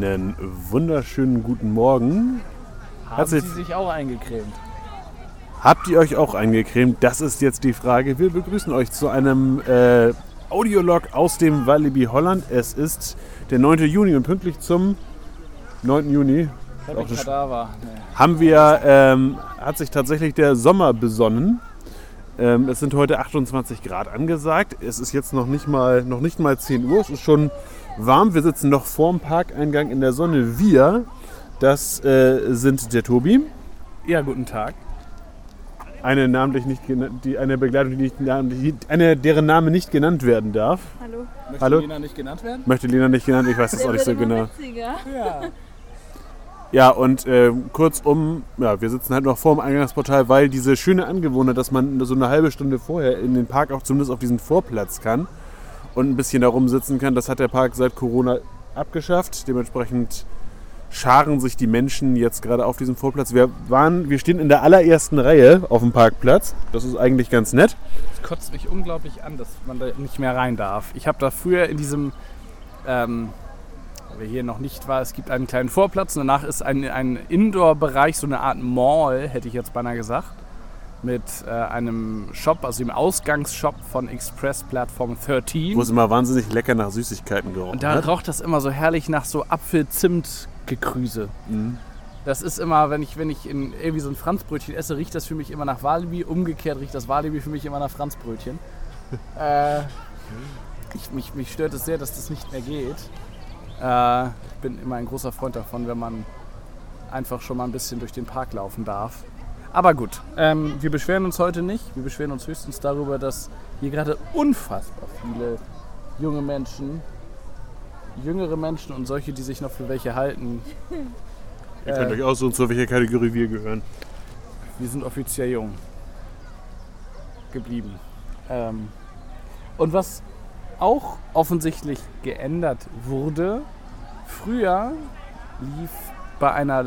Einen wunderschönen guten Morgen. Haben Sie sich auch eingecremt? Habt ihr euch auch eingecremt? Das ist jetzt die Frage. Wir begrüßen euch zu einem Audiolog aus dem Walibi Holland. Es ist der 9. Juni und pünktlich zum 9. Juni hat sich tatsächlich der Sommer besonnen. Es sind heute 28 Grad angesagt. Es ist jetzt noch nicht mal 10 Uhr. Es ist schon warm. Wir sitzen noch vorm Parkeingang in der Sonne. Das sind der Tobi. Ja, guten Tag. Eine Begleitung, deren Name nicht genannt werden darf. Hallo. Möchte Lena nicht genannt werden? Möchte Lena nicht genannt, ich weiß das auch nicht so genau. Ja. Ja, und kurzum, wir sitzen halt noch vor dem Eingangsportal, weil diese schöne Angewohnheit, dass man so eine halbe Stunde vorher in den Park auch zumindest auf diesen Vorplatz kann und ein bisschen da rumsitzen kann, das hat der Park seit Corona abgeschafft. Dementsprechend scharen sich die Menschen jetzt gerade auf diesem Vorplatz. Wir stehen in der allerersten Reihe auf dem Parkplatz. Das ist eigentlich ganz nett. Es kotzt mich unglaublich an, dass man da nicht mehr rein darf. Ich habe da früher in diesem, wer hier noch nicht war, es gibt einen kleinen Vorplatz und danach ist ein Indoor-Bereich, so eine Art Mall, hätte ich jetzt beinahe gesagt, mit einem Shop, also dem Ausgangsshop von Express Platform 13. Wo es immer wahnsinnig lecker nach Süßigkeiten gerochen Und da hat. roch das immer so herrlich nach so Apfel-Zimt-Gekrüse. Mhm. Das ist immer, wenn ich irgendwie so ein Franzbrötchen esse, riecht das für mich immer nach Walibi. Umgekehrt riecht das Walibi für mich immer nach Franzbrötchen. Mich stört es sehr, dass das nicht mehr geht. Ich bin immer ein großer Freund davon, wenn man einfach schon mal ein bisschen durch den Park laufen darf. Aber gut, wir beschweren uns heute nicht. Wir beschweren uns höchstens darüber, dass hier gerade unfassbar viele jüngere Menschen und solche, die sich noch für welche halten. Ihr könnt euch aussuchen, zu welcher Kategorie wir gehören. Wir sind offiziell jung geblieben. Und was auch offensichtlich geändert wurde, früher lief bei einer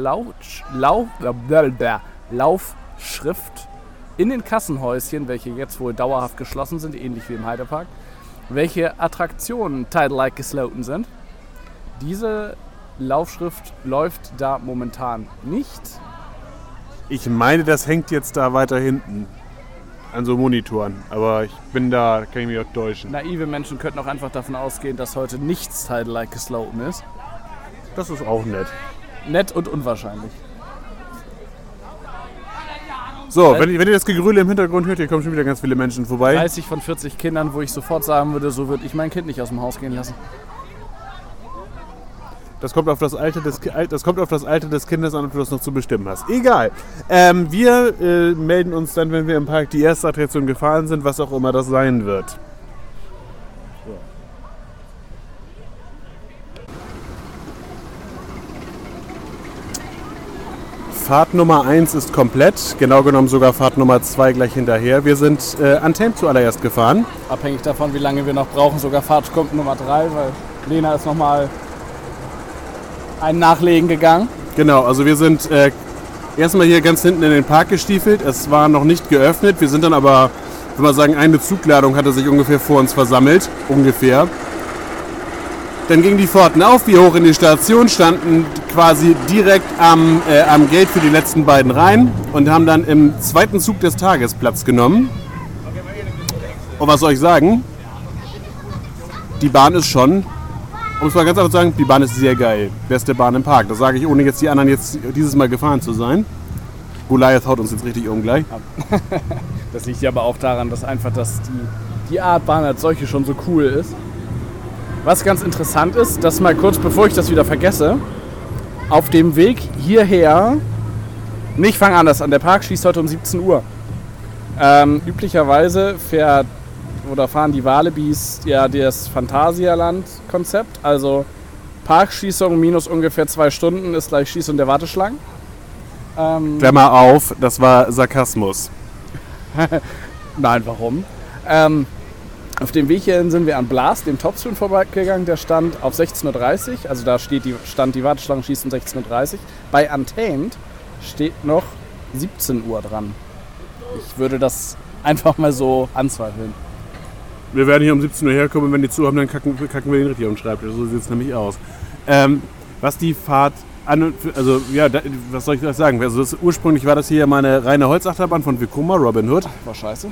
Laufschrift in den Kassenhäuschen, welche jetzt wohl dauerhaft geschlossen sind, ähnlich wie im Heidepark, welche Attraktionen Tidal-like gesloten sind. Diese Laufschrift läuft da momentan nicht. Ich meine, das hängt jetzt da weiter hinten an so Monitoren, aber kann ich mich auch täuschen. Naive Menschen könnten auch einfach davon ausgehen, dass heute nichts Tidal-like gesloten ist. Das ist auch nett. Nett und unwahrscheinlich. So, wenn ihr das Gegröle im Hintergrund hört, hier kommen schon wieder ganz viele Menschen vorbei. 30 von 40 Kindern, wo ich sofort sagen würde, so würde ich mein Kind nicht aus dem Haus gehen lassen. Das kommt auf das Alter des Kindes an, ob du das noch zu bestimmen hast. Egal. Wir melden uns dann, wenn wir im Park die erste Attraktion gefahren sind, was auch immer das sein wird. So. Fahrt Nummer 1 ist komplett, genau genommen sogar Fahrt Nummer 2 gleich hinterher. Wir sind Untamed zuallererst gefahren. Abhängig davon, wie lange wir noch brauchen, sogar Fahrt kommt Nummer 3, weil Lena ist nochmal ein Nachlegen gegangen. Genau, also wir sind erstmal hier ganz hinten in den Park gestiefelt. Es war noch nicht geöffnet. Wir sind dann aber, würde man sagen, eine Zugladung hatte sich ungefähr vor uns versammelt. Ungefähr. Dann gingen die Pforten auf, wir hoch in die Station, standen quasi direkt am Gate für die letzten beiden Reihen und haben dann im zweiten Zug des Tages Platz genommen. Und was soll ich sagen? Die Bahn ist schon, um es mal ganz einfach zu sagen, die Bahn ist sehr geil. Beste Bahn im Park. Das sage ich, ohne jetzt die anderen jetzt dieses Mal gefahren zu sein. Goliath haut uns jetzt richtig um gleich. Das liegt ja aber auch daran, dass die Art Bahn als solche schon so cool ist. Was ganz interessant ist, dass mal kurz bevor ich das wieder vergesse, auf dem Weg hierher, ich fange anders an, der Park schließt heute um 17 Uhr. Üblicherweise fahren die Walibis ja das Phantasialand-Konzept, also Parkschließung minus ungefähr 2 Stunden ist gleich Schließung der Warteschlangen. Klammer auf, das war Sarkasmus. Nein, warum? Auf dem Weg hierhin sind wir an Blast, dem Topspin, vorbeigegangen. Der stand auf 16.30 Uhr, also da stand die Warteschlange schließt um 16.30 Uhr. Bei Untamed steht noch 17 Uhr dran. Ich würde das einfach mal so anzweifeln. Wir werden hier um 17 Uhr herkommen und wenn die zu haben, dann kacken wir den richtig am Schreibtisch. So sieht es nämlich aus. was die Fahrt also ja, was soll ich das sagen? Also ursprünglich war das hier mal eine reine Holzachterbahn von Vekoma, Robin Hood. War scheiße.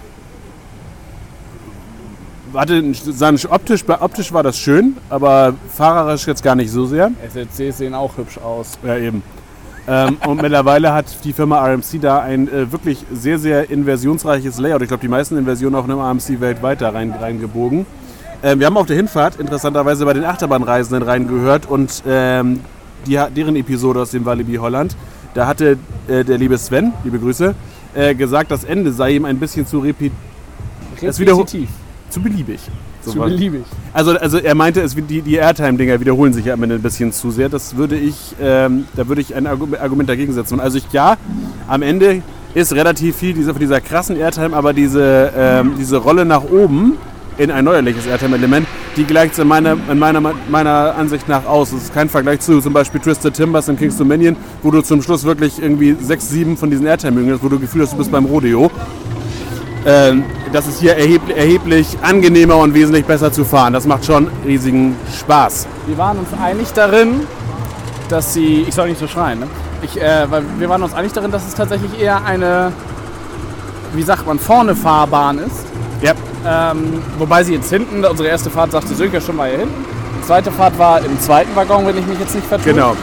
Optisch war das schön, aber fahrerisch jetzt gar nicht so sehr. SLCs sehen auch hübsch aus. Ja, eben. Und mittlerweile hat die Firma RMC da ein wirklich sehr, sehr inversionsreiches Layout. Ich glaube, die meisten Inversionen auf einem RMC weltweit da reingebogen. Wir haben auf der Hinfahrt interessanterweise bei den Achterbahnreisenden reingehört und deren Episode aus dem Walibi Holland, da hatte der liebe Sven, liebe Grüße, gesagt, das Ende sei ihm ein bisschen zu repetitiv. Zu beliebig. So zu beliebig. Also er meinte, die Airtime-Dinger wiederholen sich ja immer ein bisschen zu sehr. Das würde da würde ich ein Argument dagegen setzen. Also am Ende ist relativ viel dieser krassen Airtime, aber diese Rolle nach oben in ein neuerliches Airtime-Element, die gleicht in meiner Ansicht nach aus. Es ist kein Vergleich zu zum Beispiel Twisted Timbers in King's Dominion, wo du zum Schluss wirklich irgendwie 6, 7 von diesen Airtime-Üben hast, wo du das Gefühl hast, du bist beim Rodeo. Das ist hier erheblich angenehmer und wesentlich besser zu fahren. Das macht schon riesigen Spaß. Wir waren uns einig darin, dass ich soll nicht so schreien, ne? Weil wir waren uns einig darin, dass es tatsächlich eher eine, wie sagt man, vorne Fahrbahn ist. Ja. Wobei sie jetzt hinten, unsere erste Fahrt sagte Sönke schon mal hier hinten. Die zweite Fahrt war im zweiten Waggon, wenn ich mich jetzt nicht vertue. Genau.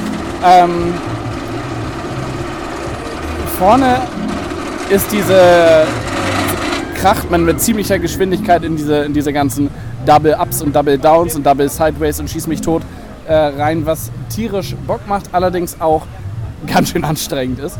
Vorne ist kracht man mit ziemlicher Geschwindigkeit in diese ganzen Double Ups und Double Downs und Double Sideways und schieß mich tot rein, was tierisch Bock macht, allerdings auch ganz schön anstrengend ist.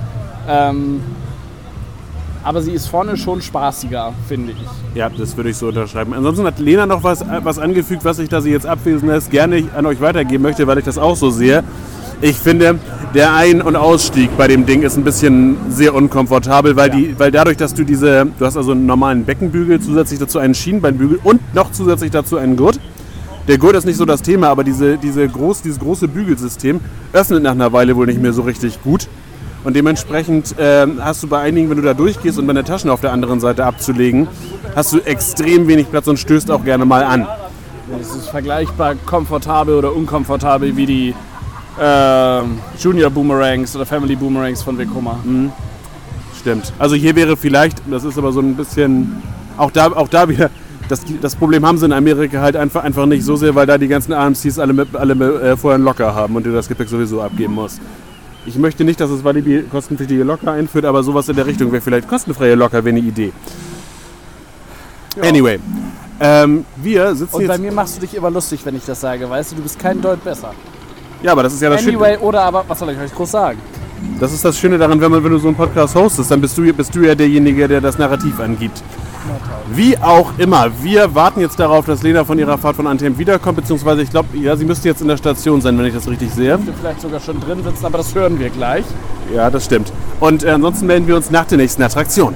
Aber sie ist vorne schon spaßiger, finde ich. Ja, das würde ich so unterschreiben. Ansonsten hat Lena noch was angefügt, was ich, da sie jetzt abwesend ist, gerne an euch weitergeben möchte, weil ich das auch so sehe. Ich finde, der Ein- und Ausstieg bei dem Ding ist ein bisschen sehr unkomfortabel, weil dadurch, dass du hast also einen normalen Beckenbügel, zusätzlich dazu einen Schienbeinbügel und noch zusätzlich dazu einen Gurt. Der Gurt ist nicht so das Thema, aber dieses große Bügelsystem öffnet nach einer Weile wohl nicht mehr so richtig gut. Und dementsprechend hast du bei einigen, wenn du da durchgehst und deine Taschen auf der anderen Seite abzulegen, hast du extrem wenig Platz und stößt auch gerne mal an. Das ist vergleichbar komfortabel oder unkomfortabel wie die Junior Boomerangs oder Family Boomerangs von Vekoma. Mhm. Stimmt. Also hier wäre vielleicht, das ist aber so ein bisschen, auch da wieder, das Problem haben sie in Amerika halt einfach nicht so sehr, weil da die ganzen AMCs alle vorher einen Locker haben und du das Gepäck sowieso abgeben musst. Ich möchte nicht, dass das Walibi kostenpflichtige Locker einführt, aber sowas in der Richtung wäre vielleicht kostenfreie Locker, wäre eine Idee. Ja. Anyway, wir sitzen und bei jetzt... mir machst du dich immer lustig, wenn ich das sage, weißt du, du bist kein Deut besser. Ja, aber das ist ja das Schöne. Anyway, oder aber, was soll ich euch groß sagen? Das ist das Schöne daran, wenn du so einen Podcast hostest, dann bist du ja derjenige, der das Narrativ angibt. Wie auch immer, wir warten jetzt darauf, dass Lena von ihrer Fahrt von Anthem wiederkommt, beziehungsweise ich glaube, ja, sie müsste jetzt in der Station sein, wenn ich das richtig sehe. Dürfte vielleicht sogar schon drin sitzen, aber das hören wir gleich. Ja, das stimmt. Und ansonsten melden wir uns nach der nächsten Attraktion.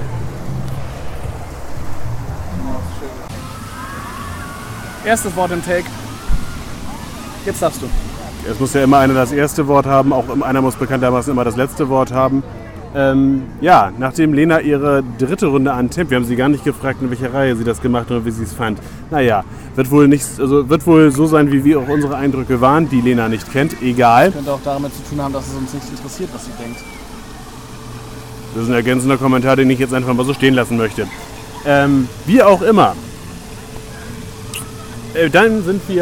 Erstes Wort im Take. Jetzt darfst du. Es muss ja immer einer das erste Wort haben, auch einer muss bekanntermaßen immer das letzte Wort haben. Ja, nachdem Lena ihre dritte Runde Anthem, wir haben sie gar nicht gefragt, in welcher Reihe sie das gemacht hat oder wie sie es fand. Naja, wird wohl so sein, wie wir auch unsere Eindrücke waren, die Lena nicht kennt, egal. Könnte auch damit zu tun haben, dass es uns nicht interessiert, was sie denkt. Das ist ein ergänzender Kommentar, den ich jetzt einfach mal so stehen lassen möchte. Wie auch immer. Dann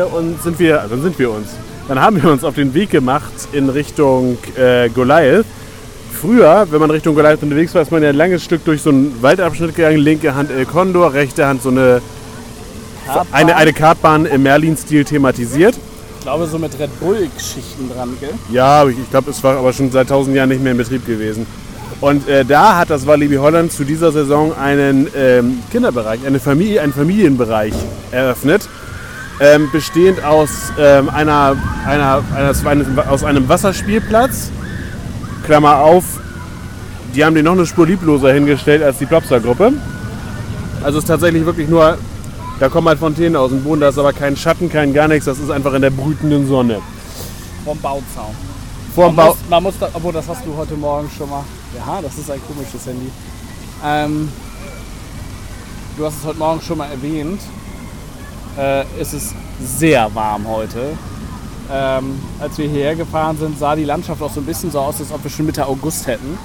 haben wir uns auf den Weg gemacht in Richtung Goliath. Früher, wenn man Richtung Goliath unterwegs war, ist man ja ein langes Stück durch so einen Waldabschnitt gegangen. Linke Hand El Condor, rechte Hand so eine Kartbahn im Merlin-Stil thematisiert. Ich glaube, so mit Red Bull-Geschichten dran, gell? Ja, ich glaube, es war aber schon seit 1000 Jahren nicht mehr in Betrieb gewesen. Und da hat das Walibi Holland zu dieser Saison einen Kinderbereich, einen Familienbereich eröffnet. Bestehend aus einem Wasserspielplatz, Klammer auf, die haben den noch eine Spur liebloser hingestellt als die Plopsa-Gruppe. Also es ist tatsächlich wirklich nur, da kommen halt Fontänen aus dem Boden, da ist aber kein Schatten, kein gar nichts, das ist einfach in der brütenden Sonne. Vom Bauzaun. Man muss da, obwohl das hast du heute Morgen schon mal, ja, das ist ein komisches Handy. Du hast es heute Morgen schon mal erwähnt. Es ist sehr warm heute. Als wir hierher gefahren sind, sah die Landschaft auch so ein bisschen so aus, als ob wir schon Mitte August hätten.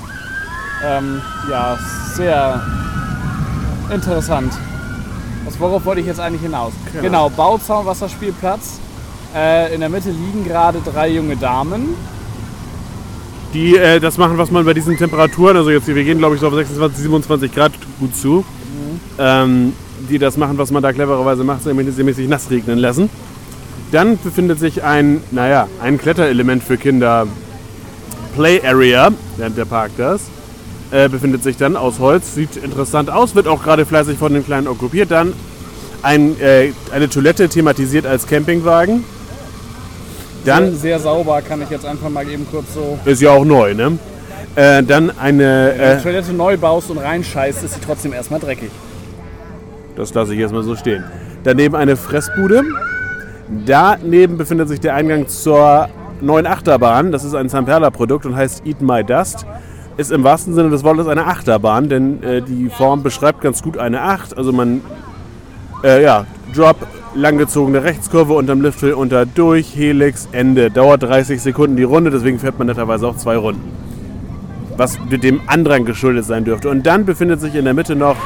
Ja, sehr interessant. Worauf wollte ich jetzt eigentlich hinaus? Genau, Bauzaun, Wasserspielplatz. In der Mitte liegen gerade 3 junge Damen. Die das machen, was man bei diesen Temperaturen, also jetzt wir gehen glaube ich so auf 26, 27 Grad gut zu, die das machen, was man da clevererweise macht, nämlich sich nass regnen lassen. Dann befindet sich ein Kletterelement für Kinder, Play Area, nennt der Park das. Befindet sich dann aus Holz, sieht interessant aus, wird auch gerade fleißig von den Kleinen okkupiert. Dann eine Toilette thematisiert als Campingwagen. Dann sehr sauber, kann ich jetzt einfach mal eben kurz so... Ist ja auch neu, ne? Dann eine... Wenn du die Toilette neu baust und reinscheißt, ist sie trotzdem erstmal dreckig. Das lasse ich erstmal so stehen. Daneben eine Fressbude. Daneben befindet sich der Eingang zur neuen Achterbahn. Das ist ein Zamperla-Produkt und heißt Eat My Dust. Ist im wahrsten Sinne des Wortes eine Achterbahn, denn die Form beschreibt ganz gut eine 8. Also man, Drop, langgezogene Rechtskurve unterm Lifthill, unter durch, Helix, Ende. Dauert 30 Sekunden die Runde, deswegen fährt man netterweise auch 2 Runden. Was mit dem Andrang geschuldet sein dürfte. Und dann befinden sich in der Mitte noch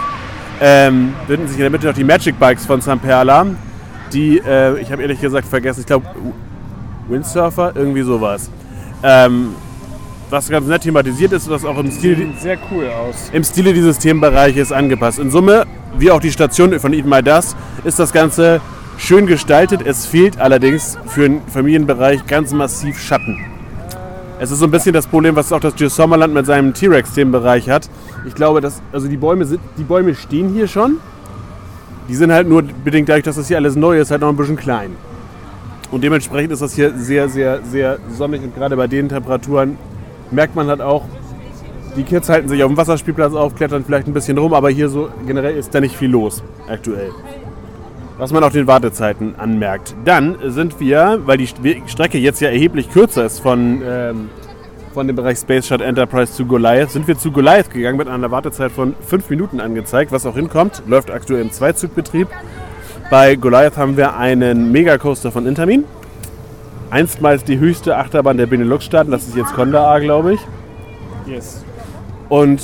die Magic Bikes von Zamperla. Die, ich habe ehrlich gesagt vergessen, ich glaube Windsurfer, irgendwie sowas. Was ganz nett thematisiert ist, was auch im Stil sehr cool aus. Im Stile dieses Themenbereiches angepasst. In Summe, wie auch die Station von Eat My Dust, ist das Ganze schön gestaltet. Es fehlt allerdings für den Familienbereich ganz massiv Schatten. Es ist so ein bisschen das Problem, was auch das Geo Sommerland mit seinem T-Rex-Themenbereich hat. Ich glaube, die Bäume stehen hier schon. Die sind halt nur bedingt dadurch, dass das hier alles neu ist, halt noch ein bisschen klein. Und dementsprechend ist das hier sehr, sehr, sehr sonnig und gerade bei den Temperaturen merkt man halt auch, die Kids halten sich auf dem Wasserspielplatz auf, klettern vielleicht ein bisschen rum, aber hier so generell ist da nicht viel los aktuell. Was man auch den Wartezeiten anmerkt. Dann sind wir, weil die Strecke jetzt ja erheblich kürzer ist von dem Bereich Space Shuttle Enterprise zu Goliath, sind wir zu Goliath gegangen mit einer Wartezeit von 5 Minuten angezeigt, was auch hinkommt, läuft aktuell im Zweizugbetrieb. Bei Goliath haben wir einen Megacoaster von Intamin. Einstmals die höchste Achterbahn der Benelux-Staaten, das ist jetzt Conda A, glaube ich. Yes. Und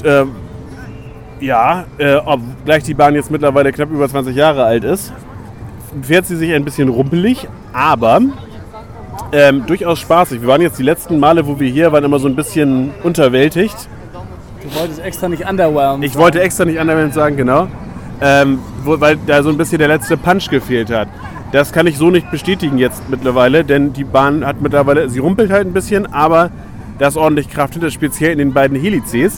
obgleich die Bahn jetzt mittlerweile knapp über 20 Jahre alt ist, fährt sie sich ein bisschen rumpelig, aber durchaus spaßig. Wir waren jetzt die letzten Male, wo wir hier waren, immer so ein bisschen unterwältigt. Du wolltest extra nicht underwhelmed Ich wollte extra nicht underwhelmed sagen, genau. Weil da so ein bisschen der letzte Punch gefehlt hat. Das kann ich so nicht bestätigen jetzt mittlerweile, denn die Bahn hat mittlerweile, sie rumpelt halt ein bisschen, aber da ist ordentlich Kraft hinter, speziell in den beiden Helices.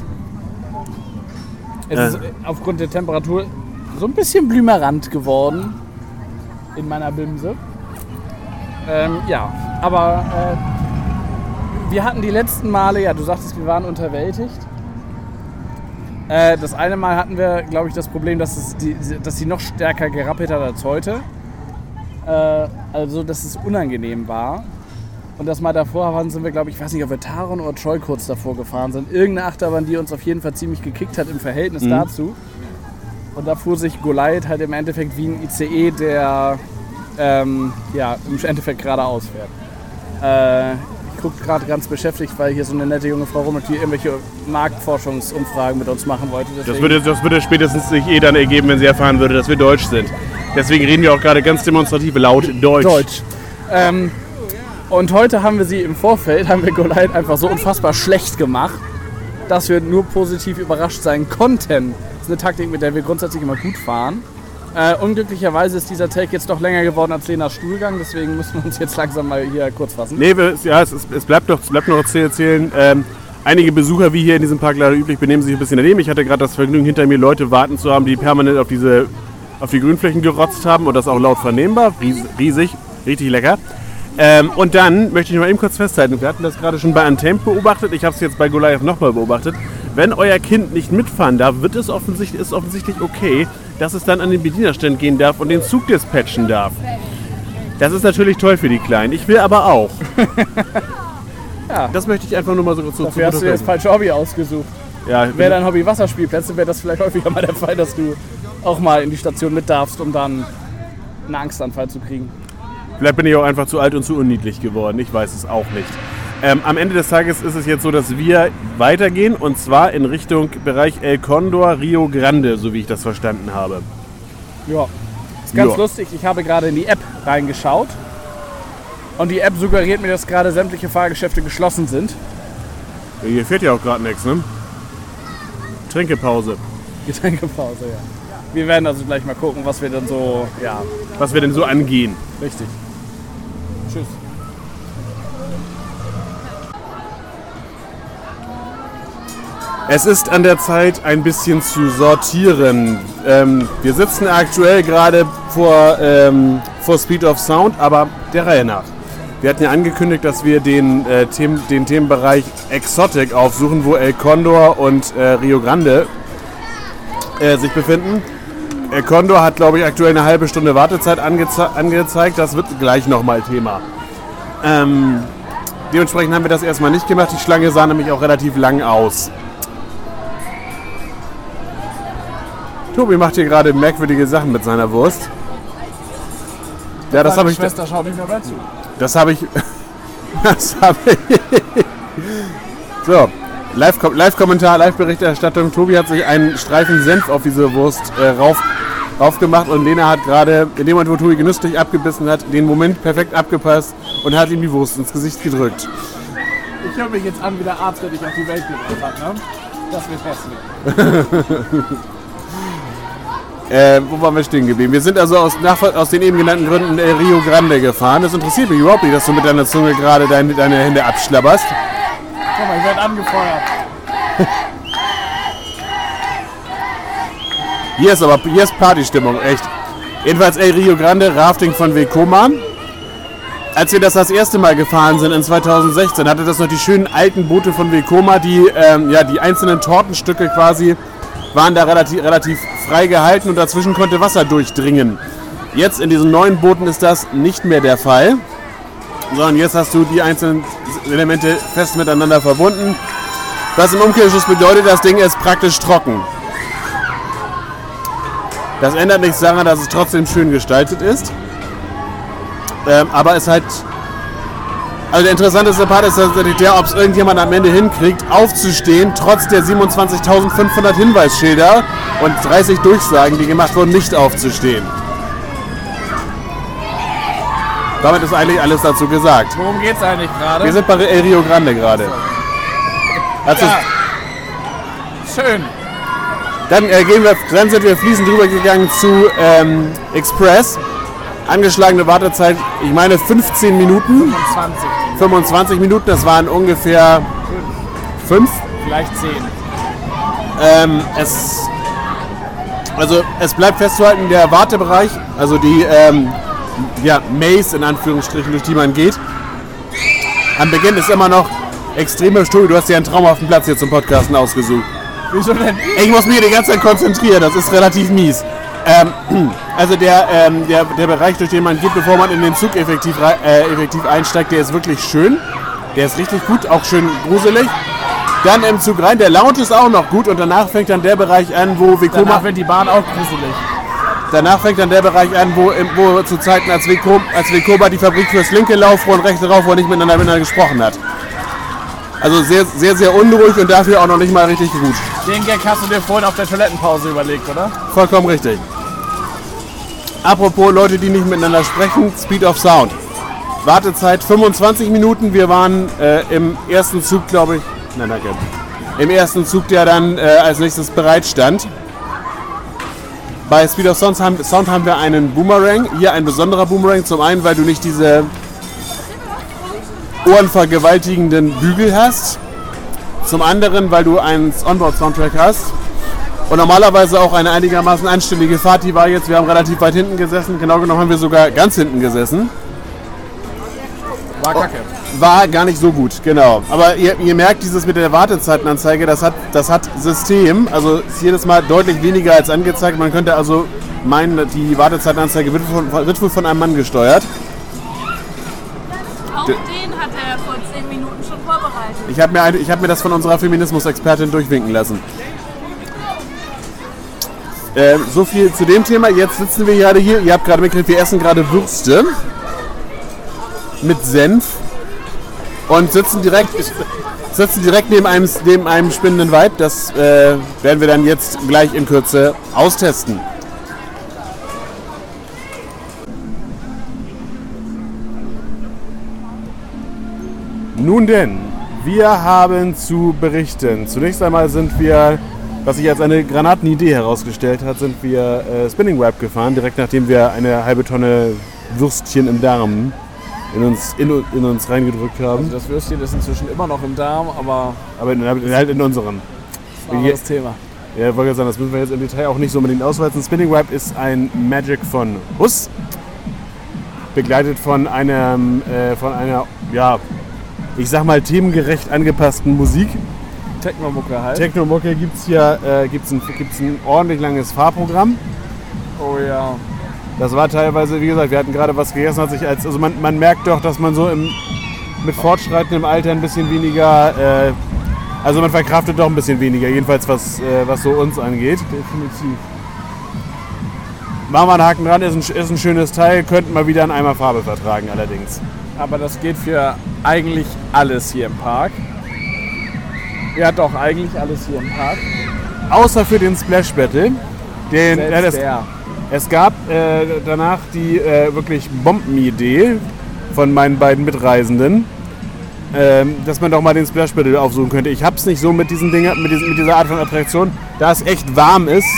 Es ist aufgrund der Temperatur so ein bisschen blümerant geworden in meiner Bimse. Aber wir hatten die letzten Male, ja, du sagtest, wir waren unterwältigt. Das eine Mal hatten wir, glaube ich, das Problem, dass sie noch stärker gerappelt hat als heute. Also, dass es unangenehm war. Und das Mal davor sind wir, glaube ich, weiß nicht, ob wir Taron oder Troy kurz davor gefahren sind. Irgendeine Achterbahn, die uns auf jeden Fall ziemlich gekickt hat im Verhältnis dazu. Und da fuhr sich Goliath halt im Endeffekt wie ein ICE, der im Endeffekt geradeaus fährt. Ich gucke gerade ganz beschäftigt, weil hier so eine nette junge Frau rumläuft, die irgendwelche Marktforschungsumfragen mit uns machen wollte. Das würde spätestens sich dann ergeben, wenn sie erfahren würde, dass wir deutsch sind. Deswegen reden wir auch gerade ganz demonstrativ laut Deutsch. Und heute haben wir Goliath einfach so unfassbar schlecht gemacht, dass wir nur positiv überrascht sein konnten. Das ist eine Taktik, mit der wir grundsätzlich immer gut fahren. Unglücklicherweise ist dieser Take jetzt doch länger geworden als Lenas Stuhlgang, deswegen müssen wir uns jetzt langsam mal hier kurz fassen. Nee, es bleibt noch zu erzählen. Einige Besucher, wie hier in diesem Park leider üblich, benehmen sich ein bisschen daneben. Ich hatte gerade das Vergnügen, hinter mir Leute warten zu haben, die permanent auf die Grünflächen gerotzt haben und das auch laut vernehmbar. Riesig, richtig lecker. Und dann möchte ich noch eben kurz festhalten, wir hatten das gerade schon bei Untamed beobachtet, ich habe es jetzt bei Goliath nochmal beobachtet. Wenn euer Kind nicht mitfahren darf, ist offensichtlich okay, dass es dann an den Bedienerstand gehen darf und den Zug dispatchen darf. Das ist natürlich toll für die Kleinen. Ich will aber auch. Ja. Das möchte ich einfach nur mal so zu Dafür hast du das falsche Hobby ausgesucht. Ja, wäre dein Hobby Wasserspielplätze, wäre das vielleicht häufiger mal der Fall, dass du auch mal in die Station mit darfst, um dann einen Angstanfall zu kriegen. Vielleicht bin ich auch einfach zu alt und zu unniedlich geworden. Ich weiß es auch nicht. Am Ende des Tages ist es jetzt so, dass wir weitergehen und zwar in Richtung Bereich El Condor, Rio Grande, so wie ich das verstanden habe. Ja, ist ganz lustig. Ich habe gerade in die App reingeschaut und die App suggeriert mir, dass gerade sämtliche Fahrgeschäfte geschlossen sind. Ja, hier fährt ja auch gerade nichts, ne? Trinkepause. Getränkepause, ja. Wir werden also gleich mal gucken, was wir dann so, Was wir denn so angehen. Richtig. Tschüss. Es ist an der Zeit, ein bisschen zu sortieren. Wir sitzen aktuell gerade vor Speed of Sound, aber der Reihe nach. Wir hatten ja angekündigt, dass wir den Themenbereich Exotic aufsuchen, wo El Condor und Rio Grande sich befinden. El Condor hat, glaube ich, aktuell eine halbe Stunde Wartezeit angezeigt. Das wird gleich nochmal Thema. Dementsprechend haben wir das erstmal nicht gemacht. Die Schlange sah nämlich auch relativ lang aus. Tobi macht hier gerade merkwürdige Sachen mit seiner Wurst. Ja, das habe ich. Schwester schaut nicht mehr bei zu. Das habe ich. So, Live-Kommentar, Live-Berichterstattung. Tobi hat sich einen Streifen Senf auf diese Wurst raufgemacht und Lena hat gerade, in dem Moment, wo Tobi genüsslich abgebissen hat, den Moment perfekt abgepasst und hat ihm die Wurst ins Gesicht gedrückt. Ich höre mich jetzt an wie der Arzt, der dich auf die Welt gebracht hat, ne? Das wird hässlich. Wo waren wir stehen geblieben? Wir sind also aus den eben genannten Gründen Rio Grande gefahren. Das interessiert mich überhaupt nicht, dass du mit deiner Zunge gerade deine Hände abschlabberst. Guck mal, ich werde angefeuert. Hier ist Partystimmung, echt. Jedenfalls Rio Grande, Rafting von Vekoma. Als wir das erste Mal gefahren sind in 2016, hatte das noch die schönen alten Boote von Vekoma, die einzelnen Tortenstücke quasi waren da relativ frei gehalten und dazwischen konnte Wasser durchdringen. Jetzt in diesen neuen Booten ist das nicht mehr der Fall, sondern jetzt hast du die einzelnen Elemente fest miteinander verbunden. Was im Umkehrschluss bedeutet, das Ding ist praktisch trocken. Das ändert nichts daran, dass es trotzdem schön gestaltet ist. Aber es halt. Also der interessanteste Part ist tatsächlich der, ob es irgendjemand am Ende hinkriegt, aufzustehen, trotz der 27.500 Hinweisschilder und 30 Durchsagen, die gemacht wurden, nicht aufzustehen. Damit ist eigentlich alles dazu gesagt. Worum geht's eigentlich gerade? Wir sind bei El Rio Grande gerade. Ja. Schön. Dann sind wir fließend drüber gegangen zu Express. Angeschlagene Wartezeit, ich meine 15 Minuten. 25 Minuten, das waren ungefähr 5. Vielleicht 10. Es bleibt festzuhalten, der Wartebereich, also die Maze in Anführungsstrichen, durch die man geht. Am Beginn ist immer noch extreme Stuhl. Du hast dir einen traumhaften Platz hier zum Podcasten ausgesucht. Wieso denn? Ich muss mich die ganze Zeit konzentrieren, das ist relativ mies. Also der Bereich, durch den man geht, bevor man in den Zug effektiv einsteigt, der ist wirklich schön. Der ist richtig gut, auch schön gruselig. Dann im Zug rein, der Lounge ist auch noch gut und danach fängt dann der Bereich an, wo Vekoma... Danach wird die Bahn auch gruselig. Danach fängt dann der Bereich an, wo zu Zeiten als Vekoma die Fabrik fürs linke Laufrohr und rechte Laufrohr nicht miteinander gesprochen hat. Also sehr, sehr, sehr unruhig und dafür auch noch nicht mal richtig gut. Den Gag hast du dir vorhin auf der Toilettenpause überlegt, oder? Vollkommen richtig. Apropos Leute, die nicht miteinander sprechen, Speed of Sound. Wartezeit 25 Minuten. Wir waren im ersten Zug, glaube ich. Nein, danke. Im ersten Zug, der dann als nächstes bereit stand. Bei Speed of Sound haben wir einen Boomerang. Hier ein besonderer Boomerang. Zum einen, weil du nicht diese ohrenvergewaltigenden Bügel hast. Zum anderen, weil du einen Onboard-Soundtrack hast. Und normalerweise auch eine einigermaßen anständige Fahrt. Die war jetzt, wir haben relativ weit hinten gesessen. Genau genommen haben wir sogar ganz hinten gesessen. War kacke. War gar nicht so gut, genau. Aber ihr merkt, dieses mit der Wartezeitenanzeige, das hat System. Also ist jedes Mal deutlich weniger als angezeigt. Man könnte also meinen, die Wartezeitenanzeige wird wohl von einem Mann gesteuert. Auch den hat er vor 10 Minuten schon vorbereitet. Ich hab mir das von unserer Feminismus-Expertin durchwinken lassen. So viel zu dem Thema. Jetzt sitzen wir gerade hier. Ihr habt gerade mitgekriegt, wir essen gerade Würste. mit Senf und sitzen direkt neben einem spinnenden Weib. Das werden wir dann jetzt gleich in Kürze austesten. Nun denn, wir haben zu berichten. Zunächst einmal sind wir, was sich als eine Granatenidee herausgestellt hat, sind wir Spinning Wrap gefahren, direkt nachdem wir eine halbe Tonne Würstchen im Darm in uns reingedrückt haben. Also das Würstchen ist inzwischen immer noch im Darm, aber halt in unseren. das ist ein anderes Thema. Ja, ich wollte sagen, das müssen wir jetzt im Detail auch nicht so unbedingt ausweisen. Spinning Wrap ist ein Magic von Huss, begleitet von einer, ja, ich sag mal, themengerecht angepassten Musik. Techno-Mucke halt. Techno-Mucke gibt's hier gibt's ein ordentlich langes Fahrprogramm. Oh ja. Das war teilweise, wie gesagt, wir hatten gerade was gegessen, also man merkt doch, dass man so mit fortschreitendem Alter ein bisschen weniger, also man verkraftet doch ein bisschen weniger, jedenfalls was so uns angeht. Definitiv. Machen wir einen Haken dran, ist ein schönes Teil, könnten wir wieder einen Eimer Farbe vertragen allerdings. Aber das geht für eigentlich alles hier im Park. Ja doch, eigentlich alles hier im Park. Außer für den Splash Battle. Es gab danach die wirklich Bombenidee von meinen beiden Mitreisenden, dass man doch mal den Splash Battle aufsuchen könnte. Ich hab's nicht so mit diesen Dingen, mit dieser Art von Attraktion. Da es echt warm ist,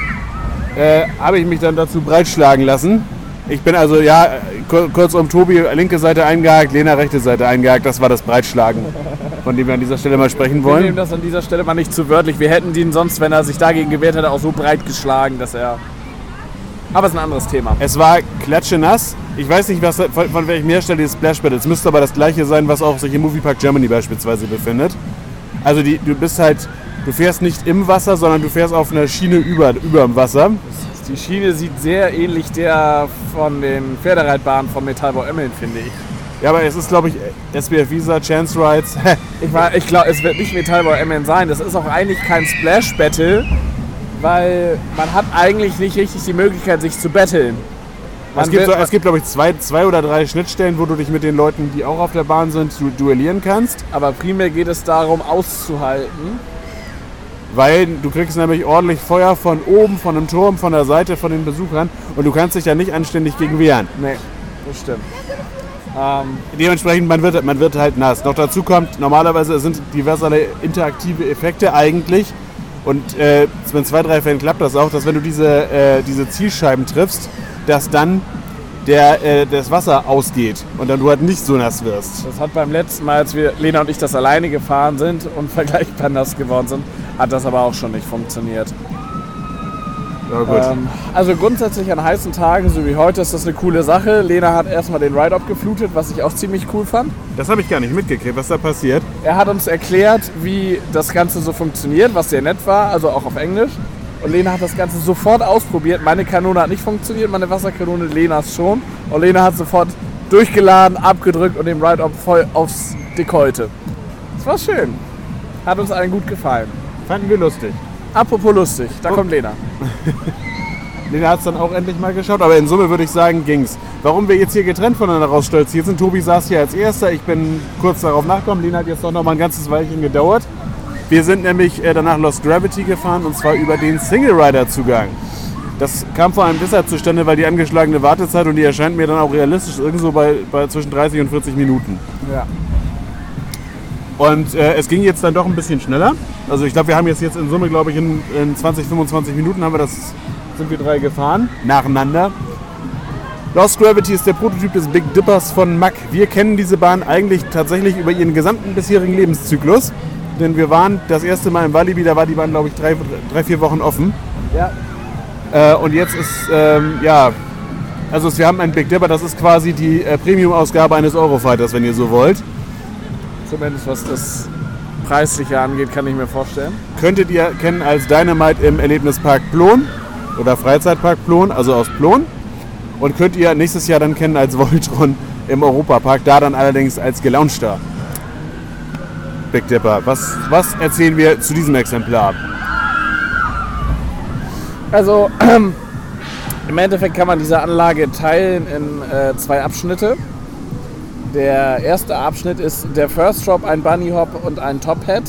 habe ich mich dann dazu breitschlagen lassen. Ich bin also, kurzum, Tobi linke Seite eingehakt, Lena rechte Seite eingehakt. Das war das Breitschlagen, von dem wir an dieser Stelle mal sprechen wollen. Wir nehmen das an dieser Stelle mal nicht zu wörtlich. Wir hätten ihn sonst, wenn er sich dagegen gewehrt hätte, auch so breit geschlagen, dass er... Aber es ist ein anderes Thema. Es war klatschenass. Ich weiß nicht, von welchem Hersteller die Splash Battle. Es müsste aber das gleiche sein, was auch sich im Moviepark Germany beispielsweise befindet. Also du fährst nicht im Wasser, sondern du fährst auf einer Schiene über dem Wasser. Die Schiene sieht sehr ähnlich der von den Pferdereitbahnen von Metallbau Emmeln, finde ich. Ja, aber es ist, glaube ich, SBF Visa, Chance Rides. Ich glaube, es wird nicht Metallbau Emmeln sein. Das ist auch eigentlich kein Splash Battle, weil man hat eigentlich nicht richtig die Möglichkeit, sich zu battlen. Es gibt, glaube ich, zwei oder drei Schnittstellen, wo du dich mit den Leuten, die auch auf der Bahn sind, duellieren kannst. Aber primär geht es darum, auszuhalten. Weil du kriegst nämlich ordentlich Feuer von oben, von einem Turm, von der Seite, von den Besuchern und du kannst dich da nicht anständig gegen wehren. Nee, das stimmt. Dementsprechend, man wird halt nass. Noch dazu kommt, normalerweise sind diverse interaktive Effekte eigentlich und in 2-3 Fällen klappt das auch, dass wenn du diese Zielscheiben triffst, dass dann das Wasser ausgeht und dann du halt nicht so nass wirst. Das hat beim letzten Mal, als Lena und ich das alleine gefahren sind und vergleichbar nass geworden sind, hat das aber auch schon nicht funktioniert. Ja, gut. Also grundsätzlich an heißen Tagen, so wie heute, ist das eine coole Sache. Lena hat erstmal den Ride-Up geflutet, was ich auch ziemlich cool fand. Das habe ich gar nicht mitgekriegt, was da passiert. Er hat uns erklärt, wie das Ganze so funktioniert, was sehr nett war, also auch auf Englisch. Und Lena hat das Ganze sofort ausprobiert. Meine Kanone hat nicht funktioniert, meine Wasserkanone, Lenas schon. Und Lena hat sofort durchgeladen, abgedrückt und den Ride-Up voll aufs Dekolte. Das war schön. Hat uns allen gut gefallen. Fanden wir lustig. Apropos lustig, da kommt Lena. Lena hat es dann auch endlich mal geschaut, aber in Summe würde ich sagen, ging's. Warum wir jetzt hier getrennt voneinander rausstolziert sind, Tobi saß hier als Erster, ich bin kurz darauf nachgekommen, Lena hat jetzt noch mal ein ganzes Weilchen gedauert. Wir sind nämlich danach Lost Gravity gefahren und zwar über den Single-Rider-Zugang. Das kam vor allem deshalb zustande, weil die angeschlagene Wartezeit, und die erscheint mir dann auch realistisch, irgendwo bei zwischen 30 und 40 Minuten. Ja. Und es ging jetzt dann doch ein bisschen schneller. Also ich glaube, wir haben jetzt in Summe, glaube ich, in 20, 25 Minuten sind wir 3 gefahren, nacheinander. Lost Gravity ist der Prototyp des Big Dippers von Mack. Wir kennen diese Bahn eigentlich tatsächlich über ihren gesamten bisherigen Lebenszyklus. Denn wir waren das erste Mal im Walibi, da war die Bahn, glaube ich, 3-4 Wochen offen. Ja. Und jetzt ist, also wir haben einen Big Dipper, das ist quasi die Premium-Ausgabe eines Eurofighters, wenn ihr so wollt. Zumindest was das Preisliche angeht, kann ich mir vorstellen. Könntet ihr kennen als Dynamite im Erlebnispark Plon oder Freizeitpark Plon, also aus Plon. Und könnt ihr nächstes Jahr dann kennen als Voltron im Europapark, da dann allerdings als gelaunchter Big Dipper. Was erzählen wir zu diesem Exemplar? Also im Endeffekt kann man diese Anlage teilen in 2 Abschnitte. Der erste Abschnitt ist der First Drop, ein Bunny Hop und ein Top Hat.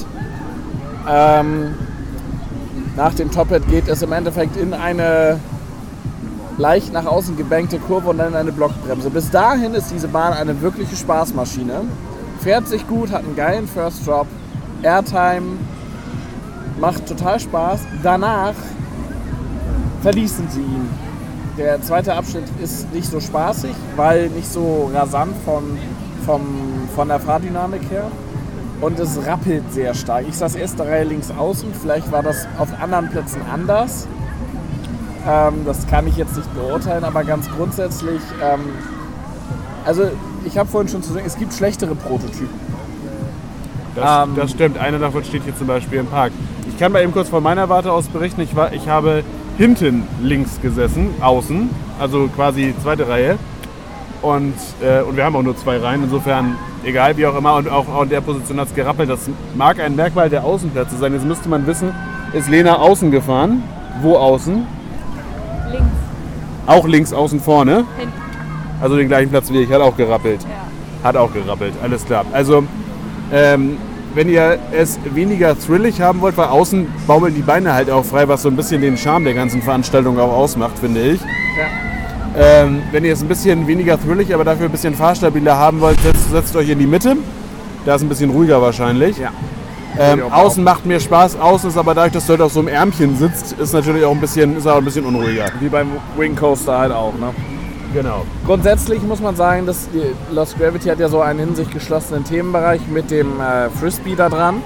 Nach dem Top Hat geht es im Endeffekt in eine leicht nach außen gebankte Kurve und dann in eine Blockbremse. Bis dahin ist diese Bahn eine wirkliche Spaßmaschine. Fährt sich gut, hat einen geilen First Drop, Airtime, macht total Spaß. Danach verließen sie ihn. Der zweite Abschnitt ist nicht so spaßig, weil nicht so rasant von der Fahrdynamik her. Und es rappelt sehr stark. Ich saß erste Reihe links außen, vielleicht war das auf anderen Plätzen anders. Das kann ich jetzt nicht beurteilen, aber ganz grundsätzlich, also ich habe vorhin schon zu sagen, es gibt schlechtere Prototypen. Das stimmt, einer davon steht hier zum Beispiel im Park. Ich kann mal eben kurz von meiner Warte aus berichten, ich habe hinten links gesessen, außen, also quasi zweite Reihe. Und wir haben auch nur 2 Reihen, insofern egal wie auch immer. Und auch in der Position hat es gerappelt. Das mag ein Merkmal der Außenplätze sein. Jetzt müsste man wissen, ist Lena außen gefahren? Wo außen? Links. Auch links außen vorne? Hinten. Also den gleichen Platz wie ich, hat auch gerappelt. Ja. Hat auch gerappelt, alles klar. Also wenn ihr es weniger thrillig haben wollt, weil außen baumeln die Beine halt auch frei, was so ein bisschen den Charme der ganzen Veranstaltung auch ausmacht, finde ich. Ja. Wenn ihr es ein bisschen weniger thrillig, aber dafür ein bisschen fahrstabiler haben wollt, setzt euch in die Mitte. Da ist ein bisschen ruhiger wahrscheinlich. Ja. Außen macht mir Spaß, außen ist aber dadurch, dass du halt auf so einem Ärmchen sitzt, ist natürlich auch ein bisschen unruhiger. Wie beim Wing Coaster halt auch, ne? Genau. Grundsätzlich muss man sagen, dass die Lost Gravity hat ja so einen in sich geschlossenen Themenbereich mit dem Frisbee da dran.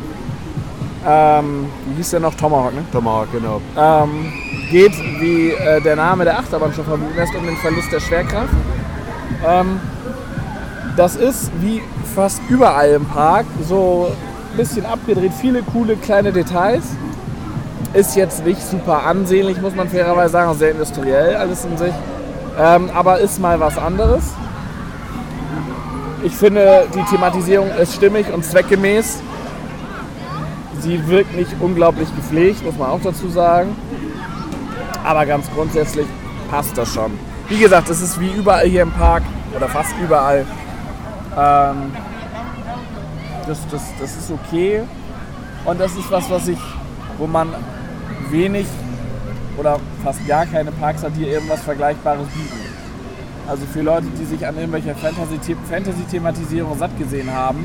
Wie hieß der noch? Tomahawk, ne? Tomahawk, genau. Geht, wie der Name der Achterbahn schon vermuten lässt, um den Verlust der Schwerkraft. Das ist wie fast überall im Park so ein bisschen abgedreht, viele coole kleine Details. Ist jetzt nicht super ansehnlich, muss man fairerweise sagen, sehr industriell alles in sich. Aber ist mal was anderes. Ich finde, die Thematisierung ist stimmig und zweckgemäß. Sie wirkt nicht unglaublich gepflegt, muss man auch dazu sagen. Aber ganz grundsätzlich passt das schon. Wie gesagt, es ist wie überall hier im Park, oder fast überall. Das ist okay. Und das ist was, wo man wenig oder fast gar keine Parks hat, die irgendwas Vergleichbares bieten. Also für Leute, die sich an irgendwelcher Fantasy-Thematisierung satt gesehen haben,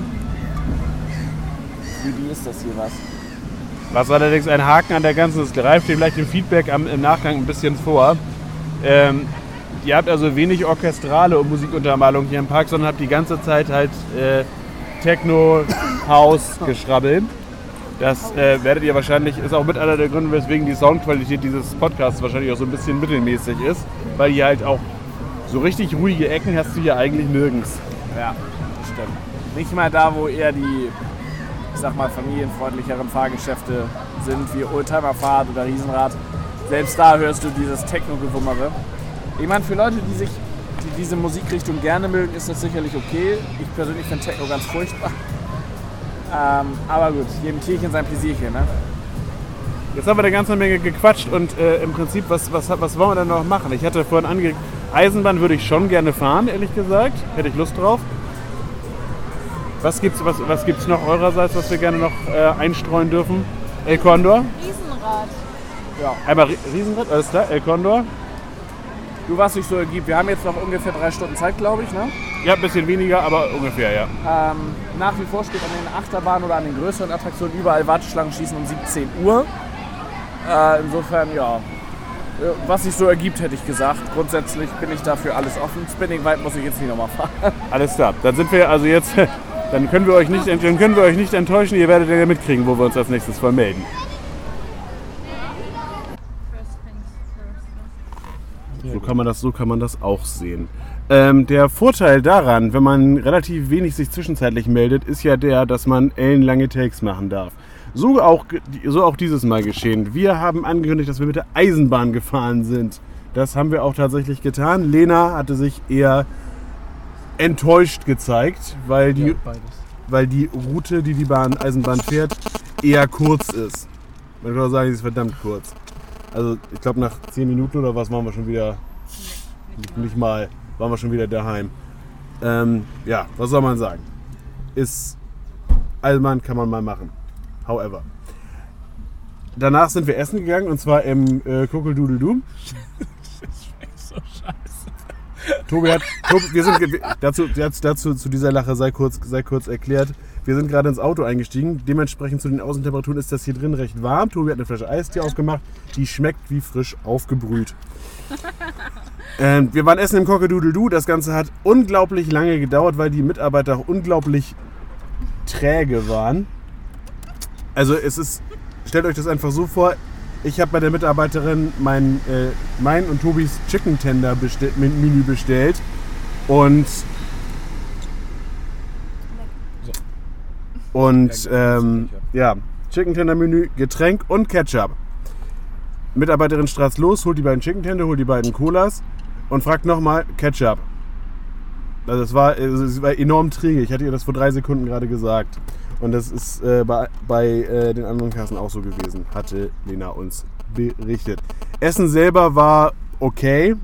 für die ist das hier was. Was allerdings ein Haken an der ganzen ist, greift ihr vielleicht im Feedback im Nachgang ein bisschen vor. Ihr habt also wenig orchestrale und Musikuntermalung hier im Park, sondern habt die ganze Zeit halt Techno, House geschrabbelt. Das werdet ihr wahrscheinlich, ist auch mit einer der Gründe, weswegen die Soundqualität dieses Podcasts wahrscheinlich auch so ein bisschen mittelmäßig ist, weil hier halt auch so richtig ruhige Ecken hast du hier eigentlich nirgends. Ja, stimmt. Nicht mal da, wo eher die, ich sag mal, familienfreundlicheren Fahrgeschäfte sind, wie Oldtimerfahrt oder Riesenrad. Selbst da hörst du dieses Techno-Gewummere. Ich meine, für Leute, die diese Musikrichtung gerne mögen, ist das sicherlich okay. Ich persönlich finde Techno ganz furchtbar. Aber gut, jedem Tierchen sein Pläsierchen, ne? Jetzt haben wir eine ganze Menge gequatscht und im Prinzip, was wollen wir denn noch machen? Ich hatte vorhin angekündigt, Eisenbahn würde ich schon gerne fahren, ehrlich gesagt. Hätte ich Lust drauf. Was gibt's noch eurerseits, was wir gerne noch einstreuen dürfen? El Condor? Riesenrad. Ja. Einmal Riesenrad, alles klar, El Condor. Du, was sich so ergibt. Wir haben jetzt noch ungefähr 3 Stunden Zeit, glaube ich, ne? Ja, ein bisschen weniger, aber ungefähr, ja. Nach wie vor steht an den Achterbahnen oder an den größeren Attraktionen überall Warteschlangen schießen um 17 Uhr. Insofern, ja, was sich so ergibt, hätte ich gesagt. Grundsätzlich bin ich dafür alles offen. Spinning Wide muss ich jetzt nicht nochmal fahren. Alles klar, dann sind wir also jetzt, dann können wir euch nicht enttäuschen. Ihr werdet ja mitkriegen, wo wir uns als nächstes vermelden. So kann man das auch sehen. Der Vorteil daran, wenn man relativ wenig sich zwischenzeitlich meldet, ist ja der, dass man ellenlange Takes machen darf. So auch dieses Mal geschehen. Wir haben angekündigt, dass wir mit der Eisenbahn gefahren sind. Das haben wir auch tatsächlich getan. Lena hatte sich eher enttäuscht gezeigt, weil die Route, die Eisenbahn fährt, eher kurz ist. Man kann auch sagen, sie ist verdammt kurz. Also ich glaube, nach 10 Minuten oder was waren wir schon wieder, nicht mal, waren wir schon wieder daheim. Ja, was soll man sagen? Ist Allmann, kann man mal machen. However. Danach sind wir essen gegangen und zwar im Kuckeldudeldu. Das schmeckt so scheiße. Dazu zu dieser Lache sei kurz erklärt. Wir sind gerade ins Auto eingestiegen. Dementsprechend zu den Außentemperaturen ist das hier drin recht warm. Tobi hat eine Flasche Eistee aufgemacht. Die schmeckt wie frisch aufgebrüht. Wir waren essen im Kuckeldudeldu. Das Ganze hat unglaublich lange gedauert, weil die Mitarbeiter auch unglaublich träge waren. Also stellt euch das einfach so vor, ich habe bei der Mitarbeiterin mein und Tobis Chicken Tender Menü bestellt und Chicken Tender Menü, Getränk und Ketchup. Mitarbeiterin stratzt los, holt die beiden Chicken Tender, holt die beiden Colas und fragt nochmal Ketchup. Also es war enorm träge. Ich hatte ihr das vor 3 Sekunden gerade gesagt. Und das ist bei den anderen Kassen auch so gewesen, hatte Lena uns berichtet. Essen selber war okay.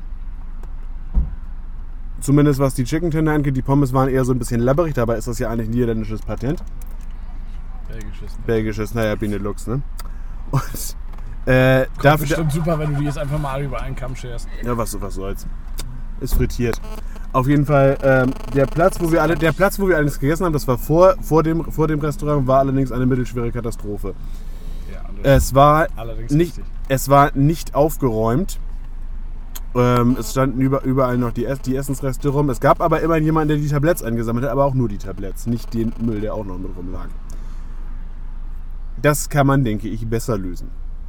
Zumindest was die Chicken Tender angeht. Die Pommes waren eher so ein bisschen labberig. Dabei ist das ja eigentlich ein niederländisches Patent. Belgisches, naja, Benelux, ne? Und dafür bestimmt super, wenn du die jetzt einfach mal über einen Kamm scherst. Ja, was soll's. Ist frittiert. Auf jeden Fall, der Platz, wo wir alles gegessen haben, das war vor dem Restaurant, war allerdings eine mittelschwere Katastrophe. Ja, es war nicht aufgeräumt. Es standen überall noch die Essensreste rum. Es gab aber immerhin jemanden, der die Tabletts eingesammelt hat, aber auch nur die Tabletts, nicht den Müll, der auch noch mit rumlag. Das kann man, denke ich, besser lösen.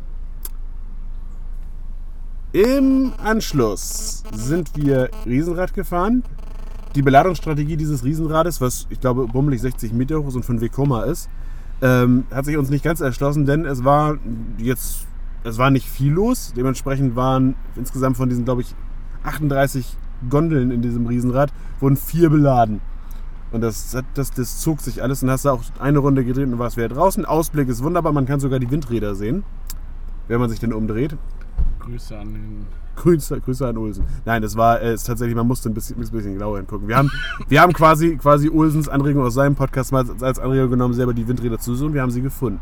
Im Anschluss sind wir Riesenrad gefahren. Die Beladungsstrategie dieses Riesenrades, was ich glaube bummelig 60 Meter hoch und von Vekoma ist, hat sich uns nicht ganz erschlossen, denn es war nicht viel los. Dementsprechend waren insgesamt von diesen, glaube ich, 38 Gondeln in diesem Riesenrad, wurden 4 beladen. Und das zog sich alles und hast da auch eine Runde gedreht und warst wieder draußen. Ausblick ist wunderbar, man kann sogar die Windräder sehen, wenn man sich denn umdreht. Grüße an Olsen. Nein, es ist tatsächlich, man musste ein bisschen genauer hingucken. Wir haben quasi Olsens Anregung aus seinem Podcast mal als Anregung genommen, selber die Windräder zu suchen. Wir haben sie gefunden.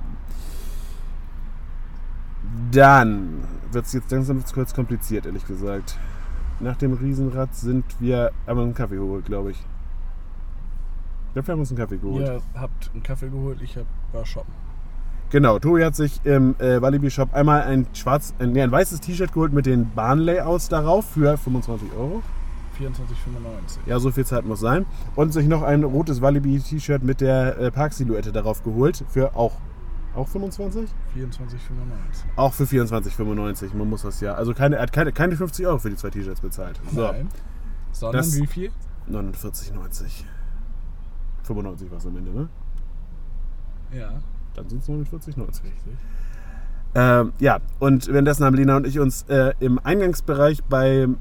Dann wird es jetzt langsam kurz kompliziert, ehrlich gesagt. Nach dem Riesenrad haben wir einen Kaffee geholt, glaube ich. Ich glaube, wir haben uns einen Kaffee geholt. Ihr habt einen Kaffee geholt, ich war shoppen. Genau, Tobi hat sich im Walibi-Shop einmal ein weißes T-Shirt geholt mit den Bahnlayouts darauf für 25 €. 24,95. Ja, so viel Zeit muss sein. Und sich noch ein rotes Walibi-T-Shirt mit der Parksilhouette darauf geholt für auch 25? 24,95. Auch für 24,95. Man muss das ja. Also er hat keine 50 € für die 2 T-Shirts bezahlt. So. Nein. Sondern wie viel? 49,90. 95 war es am Ende, ne? Ja. Dann sind es 49,90. Richtig. Ja, und währenddessen haben Lena und ich uns im Eingangsbereich beim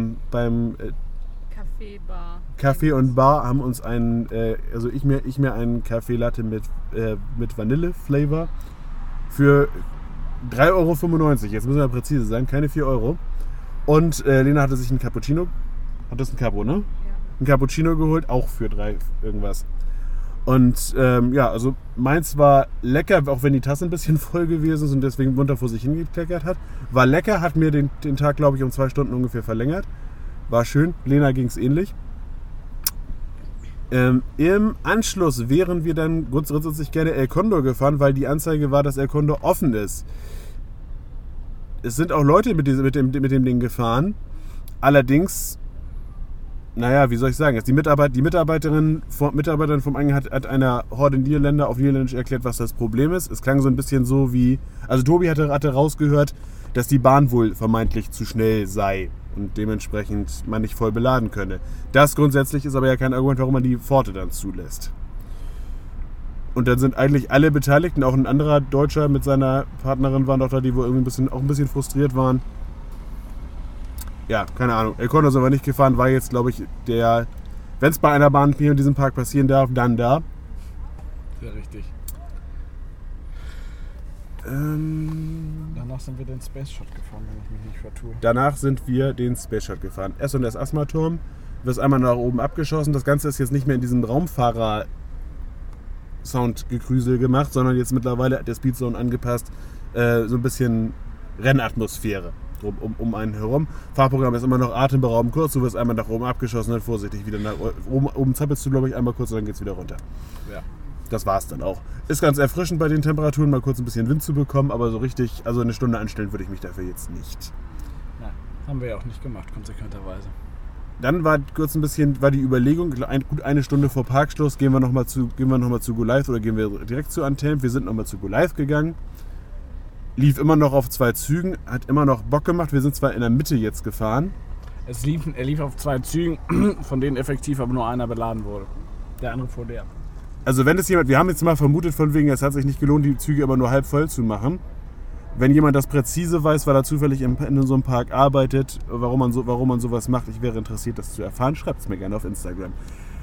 Café und Bar haben uns ich mir einen Café Latte mit Vanille-Flavor für 3,95 €. Jetzt müssen wir präzise sein, keine 4 €. Und Lena hatte sich einen Cappuccino, hat das ein Capo, ne? Ja. Ein Cappuccino geholt, auch für 3 irgendwas. Und also meins war lecker, auch wenn die Tasse ein bisschen voll gewesen ist und deswegen munter vor sich hingekleckert hat. War lecker, hat mir den Tag, glaube ich, um 2 Stunden ungefähr verlängert. War schön, Lena ging es ähnlich. Im Anschluss wären wir dann grundsätzlich gerne El Condor gefahren, weil die Anzeige war, dass El Condor offen ist. Es sind auch Leute mit dem Ding gefahren. Allerdings, naja, wie soll ich sagen, die Mitarbeiterin vom Eingang hat einer Horde Niederländer auf Niederländisch erklärt, was das Problem ist. Es klang so ein bisschen so wie, also Tobi hatte rausgehört, dass die Bahn wohl vermeintlich zu schnell sei und dementsprechend man nicht voll beladen könne. Das grundsätzlich ist aber ja kein Argument, warum man die Pforte dann zulässt. Und dann sind eigentlich alle Beteiligten, auch ein anderer Deutscher mit seiner Partnerin waren doch da, die wohl irgendwie ein bisschen frustriert waren. Ja, keine Ahnung. El Condor sind wir nicht gefahren, war jetzt, glaube ich, wenn es bei einer Bahn hier in diesem Park passieren darf, dann da. Sehr richtig. Danach sind wir den Space Shot gefahren, wenn ich mich nicht vertue. Danach sind wir den Space Shot gefahren. S&S Asthma-Turm wirst einmal nach oben abgeschossen. Das Ganze ist jetzt nicht mehr in diesem Raumfahrer-Soundgekrüsel gemacht, sondern jetzt mittlerweile hat der Speedzone angepasst, so ein bisschen Rennatmosphäre um einen herum. Fahrprogramm ist immer noch atemberaubend kurz, du wirst einmal nach oben abgeschossen, dann vorsichtig wieder nach oben zappelst du, glaube ich, einmal kurz und dann geht es wieder runter. Ja. Das war's dann auch. Ist ganz erfrischend bei den Temperaturen, mal kurz ein bisschen Wind zu bekommen, aber so richtig, also eine Stunde anstellen würde ich mich dafür jetzt nicht. Ja, haben wir ja auch nicht gemacht, konsequenterweise. Dann war kurz ein bisschen, war die Überlegung, gut eine Stunde vor Parkschluss, gehen wir nochmal zu Goliath oder gehen wir direkt zu Untamed. Wir sind nochmal zu Goliath gegangen. Lief immer noch auf 2 Zügen, hat immer noch Bock gemacht. Wir sind zwar in der Mitte jetzt gefahren. Er lief auf 2 Zügen, von denen effektiv aber nur einer beladen wurde. Der andere vor der. Also wenn es jemand, wir haben jetzt mal vermutet von wegen, es hat sich nicht gelohnt, die Züge immer nur halb voll zu machen. Wenn jemand das präzise weiß, weil er zufällig in so einem Park arbeitet, warum man sowas macht, ich wäre interessiert, das zu erfahren, schreibt es mir gerne auf Instagram.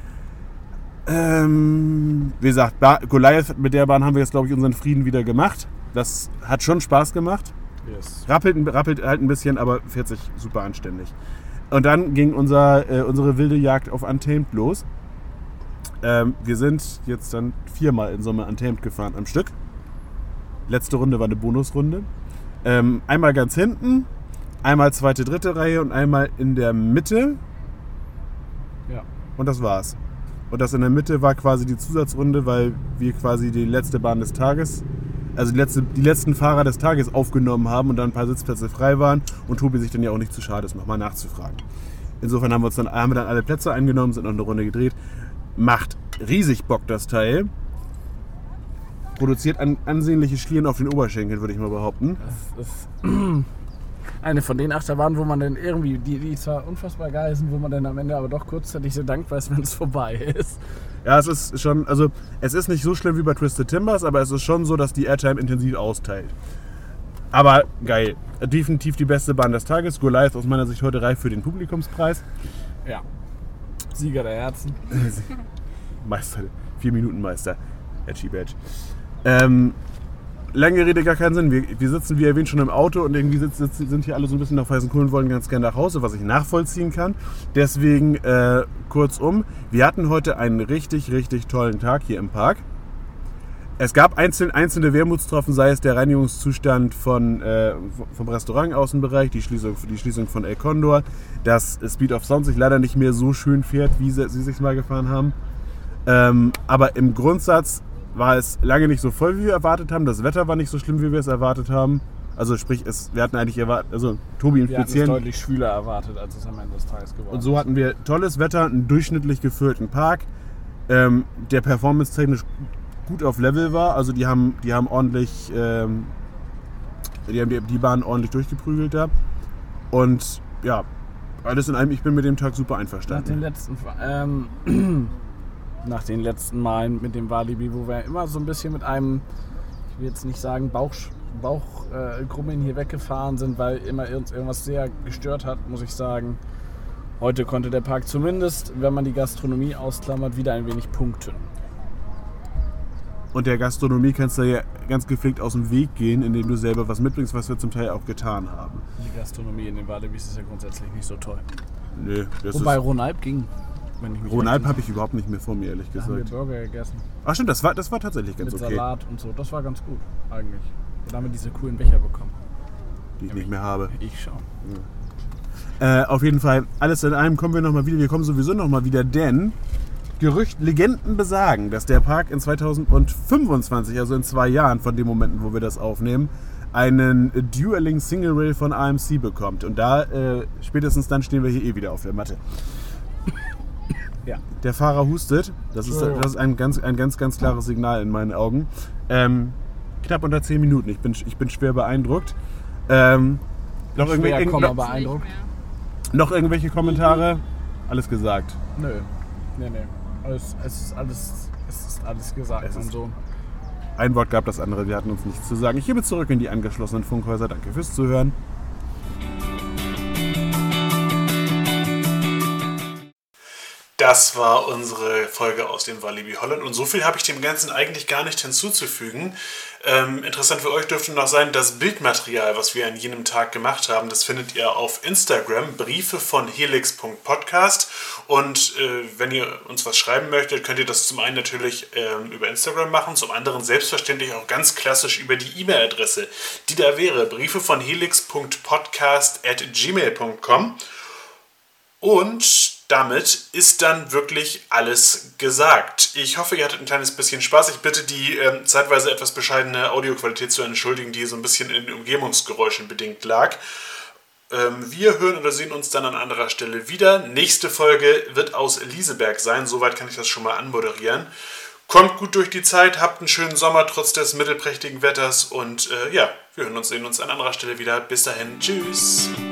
Wie gesagt, Goliath, mit der Bahn haben wir jetzt, glaube ich, unseren Frieden wieder gemacht. Das hat schon Spaß gemacht. Yes. Rappelt halt ein bisschen, aber fährt sich super anständig. Und dann ging unsere wilde Jagd auf Untamed los. Wir sind jetzt dann 4-mal in Summe Untamed gefahren am Stück. Letzte Runde war eine Bonusrunde. Einmal ganz hinten, einmal zweite, dritte Reihe und einmal in der Mitte. Ja. Und das war's. Und das in der Mitte war quasi die Zusatzrunde, weil wir quasi die letzte Bahn des Tages, also die letzten Fahrer des Tages aufgenommen haben und dann ein paar Sitzplätze frei waren und Tobi sich dann ja auch nicht zu schade ist, nochmal nachzufragen. Insofern haben wir dann alle Plätze eingenommen, sind noch eine Runde gedreht. Macht riesig Bock, das Teil. Produziert ansehnliche Schlieren auf den Oberschenkeln, würde ich mal behaupten. Das ist eine von den Achterbahnen, wo man dann irgendwie, die zwar unfassbar geil sind, wo man dann am Ende aber doch kurzzeitig so dankbar ist, wenn es vorbei ist. Ja, es ist schon, also es ist nicht so schlimm wie bei Twisted Timbers, aber es ist schon so, dass die Airtime intensiv austeilt. Aber geil. Definitiv die beste Bahn des Tages. Goliath aus meiner Sicht heute reif für den Publikumspreis. Ja. Sieger der Herzen. Meister, 4-Minuten-Meister. Edgy Badge. Lange Rede, gar keinen Sinn. Wir sitzen, wie erwähnt, schon im Auto und irgendwie sind hier alle so ein bisschen auf heißen Kohlen, wollen ganz gerne nach Hause, was ich nachvollziehen kann. Deswegen, kurzum, wir hatten heute einen richtig, richtig tollen Tag hier im Park. Es gab einzelne Wermutstropfen, sei es der Reinigungszustand vom Restaurant-Außenbereich, die Schließung von El Condor, dass Speed of Sound sich leider nicht mehr so schön fährt, wie sie sich mal gefahren haben. Aber im Grundsatz war es lange nicht so voll, wie wir erwartet haben. Das Wetter war nicht so schlimm, wie wir es erwartet haben. Also sprich, wir hatten eigentlich erwartet, also Tobi im Speziellen. Wir hatten es deutlich schwüler erwartet, als es am Ende des Tages geworden ist. Und so hatten wir tolles Wetter, einen durchschnittlich gefüllten Park, der performance-technisch gut auf Level war. Also die haben ordentlich, die Bahn ordentlich durchgeprügelt da. Und ja, alles in allem, ich bin mit dem Tag super einverstanden. Nach den letzten Malen mit dem Walibi, wo wir immer so ein bisschen mit einem, ich will jetzt nicht sagen Bauchgrummeln hier weggefahren sind, weil immer irgendwas sehr gestört hat, muss ich sagen. Heute konnte der Park zumindest, wenn man die Gastronomie ausklammert, wieder ein wenig punkten. Und der Gastronomie kannst du ja ganz gepflegt aus dem Weg gehen, indem du selber was mitbringst, was wir zum Teil auch getan haben. Die Gastronomie in den Walibis ist ja grundsätzlich nicht so toll. Nö, wobei Ronalp ging. Ronalp habe ich überhaupt nicht mehr vor mir, ehrlich gesagt. Da haben wir Burger gegessen. Ach stimmt, das war tatsächlich ganz mit okay. Mit Salat und so, das war ganz gut eigentlich. Und dann haben wir diese coolen Becher bekommen. Die ich nicht mehr habe. Ich schon. Ja. Auf jeden Fall, alles in allem kommen wir nochmal wieder. Wir kommen sowieso nochmal wieder, denn Legenden besagen, dass der Park in 2025, also in 2 Jahren von den Momenten, wo wir das aufnehmen, einen Dueling Single Rail von AMC bekommt. Und da, spätestens dann stehen wir hier wieder auf der Matte. Ja. Der Fahrer hustet. Das ist ein ganz klares Signal in meinen Augen. Knapp unter 10 Minuten. Ich bin schwer beeindruckt. Noch irgendwelche Kommentare? Alles gesagt. Nö. Nee. Es ist alles gesagt. Ein Wort gab das andere. Wir hatten uns nichts zu sagen. Ich gebe zurück in die angeschlossenen Funkhäuser. Danke fürs Zuhören. Das war unsere Folge aus dem Walibi Holland und so viel habe ich dem Ganzen eigentlich gar nicht hinzuzufügen. Interessant für euch dürfte noch sein, das Bildmaterial, was wir an jenem Tag gemacht haben, das findet ihr auf Instagram, Briefe von helix.podcast und wenn ihr uns was schreiben möchtet, könnt ihr das zum einen natürlich über Instagram machen, zum anderen selbstverständlich auch ganz klassisch über die E-Mail-Adresse, die da wäre, briefe von helix.podcast@gmail.com. Und damit ist dann wirklich alles gesagt. Ich hoffe, ihr hattet ein kleines bisschen Spaß. Ich bitte die zeitweise etwas bescheidene Audioqualität zu entschuldigen, die so ein bisschen in den Umgebungsgeräuschen bedingt lag. Wir hören oder sehen uns dann an anderer Stelle wieder. Nächste Folge wird aus Liseberg sein. Soweit kann ich das schon mal anmoderieren. Kommt gut durch die Zeit, habt einen schönen Sommer trotz des mittelprächtigen Wetters. Und wir hören uns, sehen uns an anderer Stelle wieder. Bis dahin, tschüss.